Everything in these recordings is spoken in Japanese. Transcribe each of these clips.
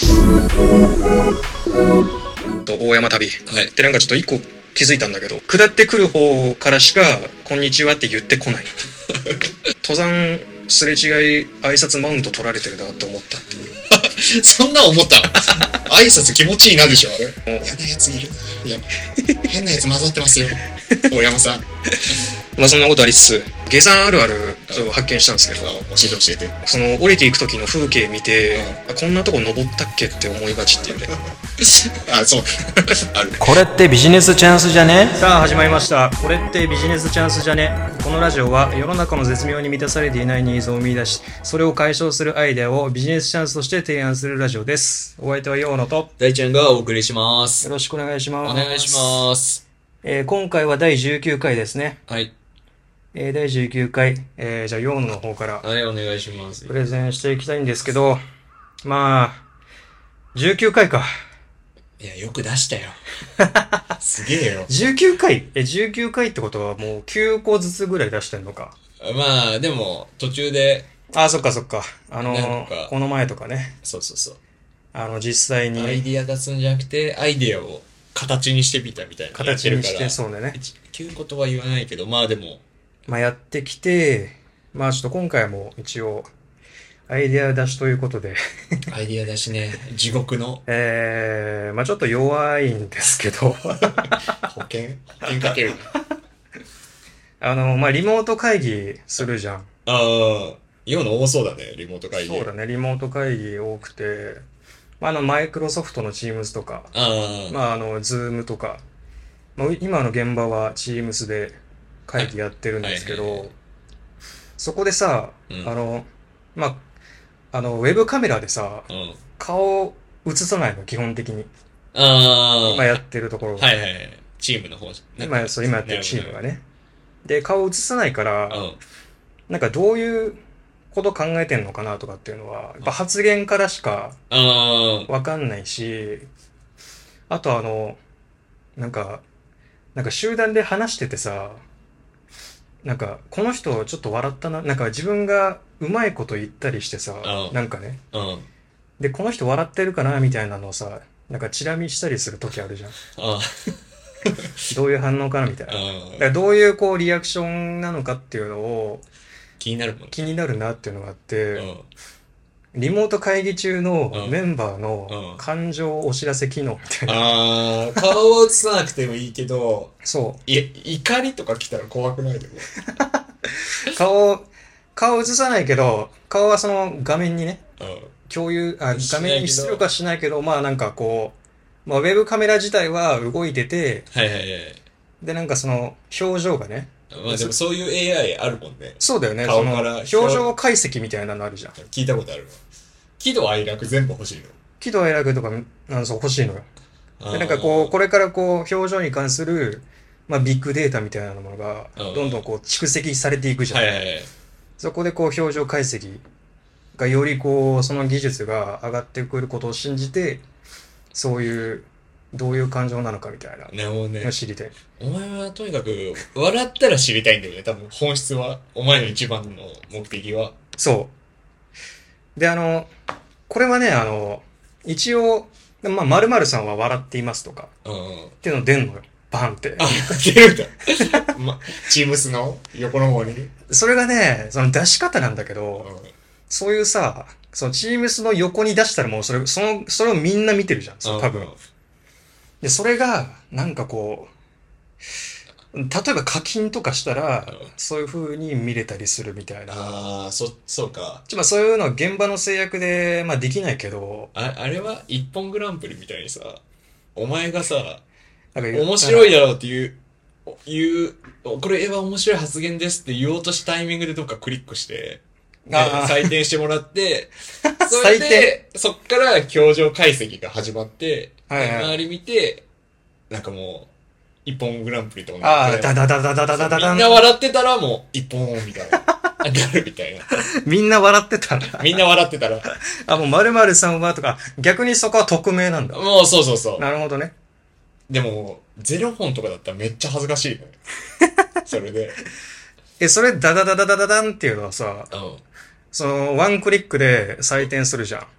大山旅、 はい。 でなんかちょっと一個気づいたんだけど、下ってくる方からしかこんにちはって言ってこない登山すれ違い挨拶マウント取られてるなって思ったっていう。 そんな思ったの挨拶気持ちいいなでしょ、あれ。嫌なやついる。いや、変なやつ混ざってますよ。大山さん。 まあそんなことありつつ、下山あるあるちょっと発見したんですけど、 教えて。 その降りていく時の風景見て、こんなとこ登ったっけって思いがちっていうね。 あ、そう。ある。 これってビジネスチャンスじゃね？ さあ始まりました。これってビジネスチャンスじゃね？このラジオは世の中の絶妙に満たされていないニーズを見出し、それを解消するアイデアをビジネスチャンスとして提案するラジオです。お相手はヨーノと大ちゃんがお送りします。 よろしくお願いします。 お願いします。 今回は第19回ですね。 はい。 第19回、じゃあヨーノの方からはい、お願いします。 プレゼンしていきたいんですけど、まあ、19回か。 いや、よく出したよ。すげえよ。 19回19回ってことはもう9個ずつぐらい出してんのか。 まあ、でも、途中で。 あ、そっかそっか。 なんかこの前とかね。 そうそうそう。 実際に。 アイディア出すんじゃなくて、アイディアを形にしてみたみたいな。 形にして、そうだね。 9個とは言わないけど、まあでも。 まあやってきて、まあちょっと今回も一応、アイディア出しということで。 アイディア出しね、地獄の。 まあちょっと弱いんですけど。 保険かける。 まあリモート会議するじゃん。 ああ、言うの多そうだね、リモート会議。 そうだね、リモート会議多くて、まあマイクロソフトの Teams とか、まあZoom とか、まあ、今の現場は Teams で会議やってるんですけど、そこでさ、まあ、ウェブカメラでさ、顔映さないの、基本的に。今やってるところが。 はいはいはい。チームの方今やってるチームがね。で、顔映さないから、なんかどういうこと考えてんのかなとかっていうのは、やっぱ発言からしかわかんないし、あとなんか集団で話しててさ、なんかこの人ちょっと笑ったな、なんか自分がうまいこと言ったりしてさ、なんかね、でこの人笑ってるかなみたいなのをさ、なんかチラ見したりする時あるじゃん。どういう反応かなみたいな。だからどういうこうリアクションなのかっていうのを気になるなっていうのがあって、リモート会議中のメンバーの感情お知らせ機能みたいな。 顔を映さなくてもいいけど、 そう。 怒りとか来たら怖くないでも。 顔映さないけど、顔はその画面にね、画面に出力はしないけど、まあなんかこう、まあウェブカメラ自体は動いてて、でなんかその表情がね、 まあでもそういう AI あるもんね。 そうだよね。その表情解析みたいなのあるじゃん。 聞いたことあるわ。喜怒哀楽全部欲しいの。 喜怒哀楽とかそう欲しいのよ。でなんかこうこれからこう表情に関するまあビッグデータみたいなものがどんどんこう蓄積されていくじゃん。そこでこう表情解析がよりこうその技術が上がってくることを信じて、そういうどういう感情なのかみたいなの知りたい。 お前はとにかく笑ったら知りたいんだよね。多分本質はお前の一番の目的は。 そう。でこれはね一応まあ〇〇さんは笑っていますとかっていうの出んのよ。バンって。 出るんだ。チームスの横の方に。 それがねその出し方なんだけど、そういうさそのチームスの横に出したらもうそれをみんな見てるじゃん。多分。で、それが、なんかこう、例えば課金とかしたら、そういう風に見れたりするみたいな。 そうか。 まあそういうのは現場の制約で、まあできないけど。 あれは一本グランプリみたいにさ、お前がさ、面白いだろうってこれは面白い発言ですって言おうとしたタイミングでどっかクリックして、採点してもらって、それで、そっから表情解析が始まって、周り見て、なんかもう、一本グランプリとかダダダダダダダダダみんな笑ってたらもう、一本みたいな。なるみたいな。 みんな笑ってたら。もう〇〇さんはとか、逆にそこは匿名なんだ。 もうそう。 なるほどね。 でも、0本とかだったらめっちゃ恥ずかしいね。それで。 それダダダダダダダンっていうのはさ、そのワンクリックで採点するじゃん。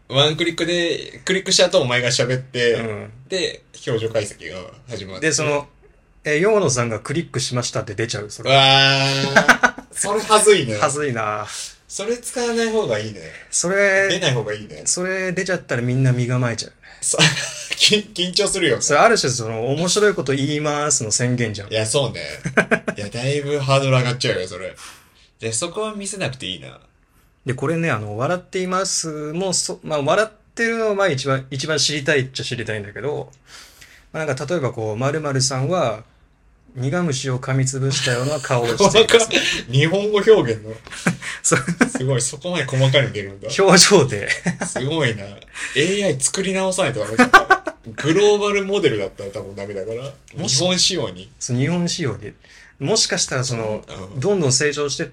ワンクリックで、クリックした後お前が喋って、で、表情解析が始まって。 で、陽野さんがクリックしましたって出ちゃう、それ。 それはずいね。 はずいな。 それ使わない方がいいね。出ない方がいいね。 それ出ちゃったらみんな身構えちゃうね。 緊張するよね。 それある種面白いこと言いますの宣言じゃん。 いや、そうね。いや、だいぶハードル上がっちゃうよ、それ。で、そこは見せなくていいな。 で、これね、笑っていますも、笑ってるのは一番知りたいっちゃ知りたいんだけど、なんか例えば〇〇さんは、苦虫を噛みつぶしたような顔をしています、ね。 日本語表現の。すごい、そこまで細かに出るんだ。 表情で。 すごいな。AI 作り直さないとダメだった。グローバルモデルだったら多分ダメだから。日本仕様に。 日本仕様に。もしかしたらどんどん成長してって、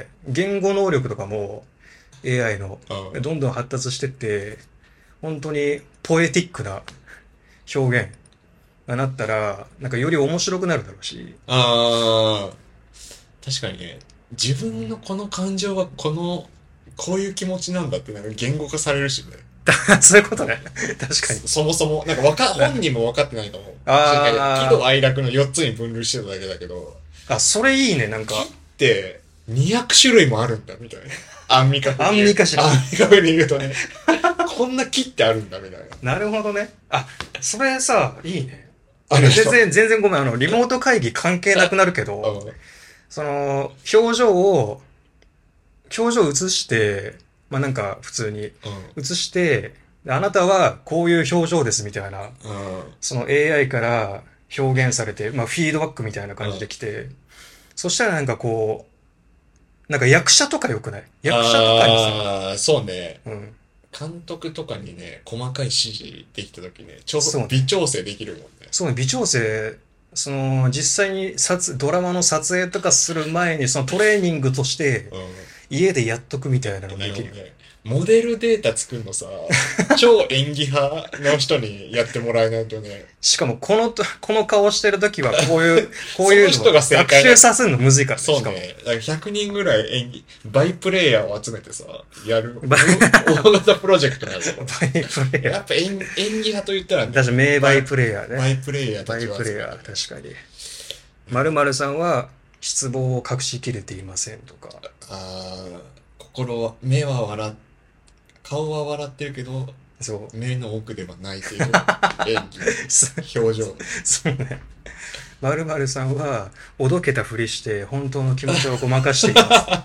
言語能力とかも AI の、どんどん発達してって、本当にポエティックな表現がなったら、なんかより面白くなるだろうし。 確かにね、自分のこの感情はこういう気持ちなんだってなんか言語化されるしね。 そういうことね。確かに。 そもそも、なんか本人も分かってないと思う。喜怒哀楽の4つに分類してただけだけど。 それいいね、なんか。 木って200種類もあるんだ、みたいな。アンミカ風。 アンミカ風で言うとね。こんな木ってあるんだ、みたいな。なるほどね。それさ、いいね。全然ごめん、リモート会議関係なくなるけど、表情映して、なんか普通に映して、あなたはこういう表情ですみたいな、AI から表現されて、フィードバックみたいな感じで来て、そしたらなんかなんか役者とか良くない？役者とかにさ。そうね。監督とかにね、細かい指示できた時ね、微調整できるもんね。 そうね、微調整、実際にドラマの撮影とかする前に、トレーニングとして、家でやっとくのできる。 モデルデータ作るのさ、超演技派の人にやってもらえないとね。 しかもこの顔してるときはこういうの人が学習させるのむずいからね。 そうね。だから100人ぐらいバイプレイヤーを集めてさ、やる。大型プロジェクトなんだよ。 バイプレイヤー。 やっぱ演技派と言ったらね。 確か名バイプレイヤーね。 バイプレイヤーバイプレイヤー、確かに。〇〇さんは失望を隠しきれていませんとか。 目は顔は笑ってるけど、目の奥では泣いている演技、表情。 そうね。〇〇さんは、おどけたふりして、本当の気持ちをごまかしています。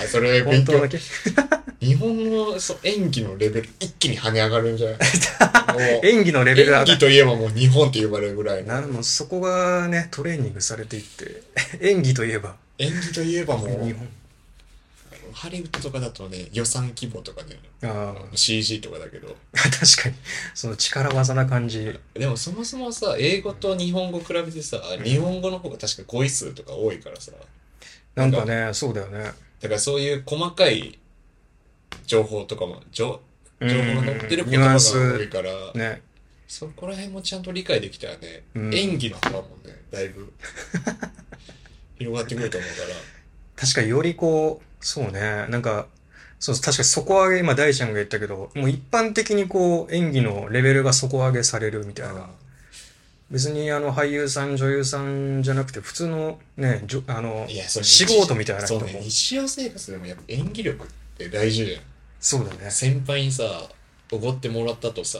それ勉強。日本の演技のレベル一気に跳ね上がるんじゃない演技のレベル上がる。演技といえばもう日本って呼ばれるぐらいの。そこがね、トレーニングされていって、演技といえばもう、日本。ハリウッドとかだとね、予算規模とかね、CG とかだけど。 確かに、力技な感じ。 でもそもそもさ、英語と日本語比べてさ、日本語の方が確か語彙数とか多いからさ。 なんかね、そうだよね。 だからそういう細かい情報とかも、情報が載ってる言葉が多いから、 ね、 そこら辺もちゃんと理解できたらね、演技の幅もね、だいぶ広がってくると思うから。 確かによりそうね、なんか、確かに底上げ、今大ちゃんが言ったけど、もう一般的に演技のレベルが底上げされるみたいな。別に俳優さん、女優さんじゃなくて、普通のね、仕事みたいな人も。 そうね、日常生活でもやっぱ演技力って大事じゃん。 そうだね。 先輩にさ、おごってもらったとさ、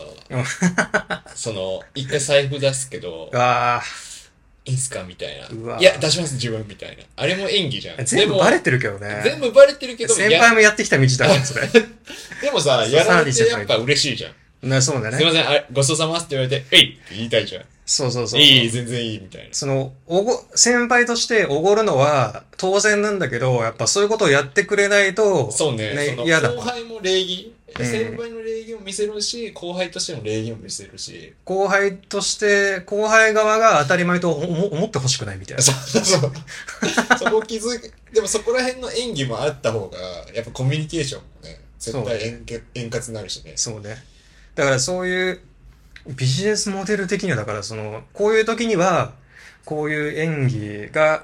一回財布出すけど、いいんすかみたいな。いや、出します、自分、みたいな。あれも演技じゃん。 全部バレてるけどね。 全部バレてるけど、 先輩もやってきた道だから、それ。 でもさ、やられてやっぱ嬉しいじゃん。 そうだね。 すいません、ごちそうさまって言われて、えいって言いたいじゃん。 そう。 いい、全然いい、みたいな。 先輩としておごるのは当然なんだけど、やっぱそういうことをやってくれないと、 そうね、 嫌だ。 後輩も礼儀。先輩の礼儀を見せるし、後輩としての礼儀を見せるし。 後輩側が当たり前と思ってほしくないみたいな。 そう。でもそこら辺の演技もあった方が、やっぱコミュニケーションもね、絶対円滑になるしね。 そうね。だからそういうビジネスモデル的には、だからこういう時には、こういう演技が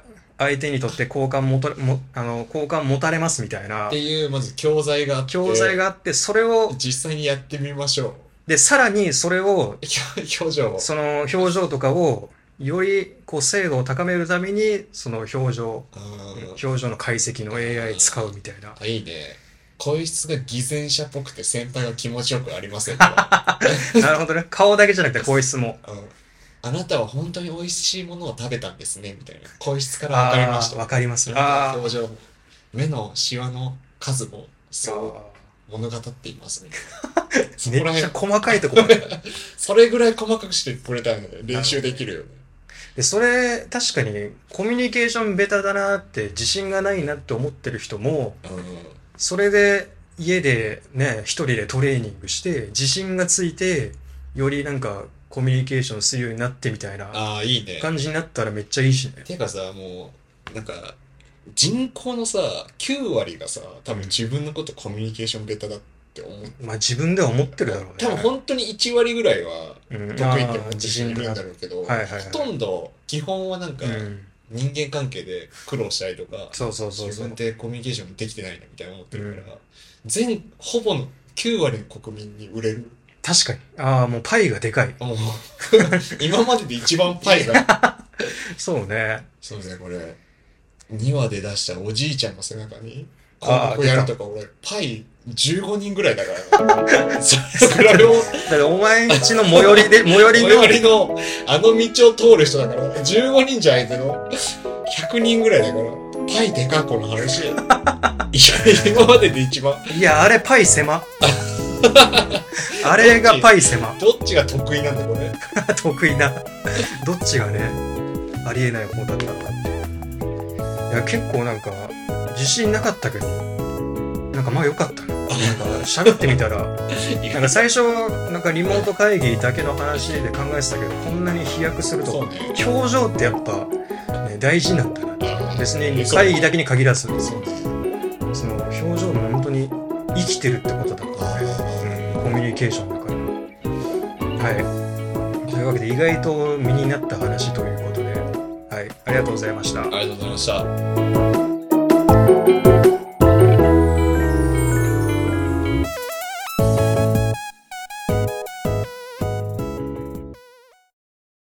相手にとって好感持たれますみたいな。 っていう、まず教材があって、それを、 実際にやってみましょう。 で、さらにそれを、 表情とかを、より精度を高めるために、その表情の解析の AI 使うみたいな。 いいね。こいつが偽善者っぽくて先輩が気持ちよくありませんか？ なるほどね。顔だけじゃなくて声質も。 あなたは本当に美味しいものを食べたんですね、みたいな。声質から分かりました。 分かりますね。 表情も。目のシワの数も、そう物語っていますね。 めっちゃ細かいところそれぐらい細かくしてくれたら練習できるよね。 で、それ、確かにコミュニケーションベタだなって自信がないなって思ってる人も、それで家でね、一人でトレーニングして、自信がついて、よりなんかコミュニケーションするようになってみたいな感じになったらめっちゃいいしね。 てかさ、もう、なんか、人口のさ、9割がさ、多分自分のことコミュニケーションベタだって思って。 まあ自分では思ってるだろうね。 多分本当に1割ぐらいは得意って思って自信いるんだろうけど、ほとんど基本はなんか人間関係で苦労したりとか、自分でコミュニケーションできてないなみたいな思ってるから、ほぼの9割の国民に売れる。 確かに。ああ、もうパイがでかい。 もう今までで一番パイが。 そうね。 そうね、これ。2話で出したおじいちゃんの背中に広告やるとか俺パイ15人ぐらいだからそれをだからお前んちの最寄りのあの道を通る人だから15人じゃないけど100人ぐらいだからパイでかこの話今までで一番いやあれパイ狭あれがパイ狭どっちが得意なんだこれ得意などっちがねありえない方だったのかっていや結構なんか自信なかったけどなんかまあ良かったな。なんか喋ってみたらなんか最初なんかリモート会議だけの話で考えてたけどこんなに飛躍すると、表情ってやっぱ、ね、大事なんだな。別に会議だけに限らずその表情も本当に生きてるってことだったね、コミュニケーションだから。はい。というわけで意外と身になった話ということで。はい、ありがとうございました。 ありがとうございました。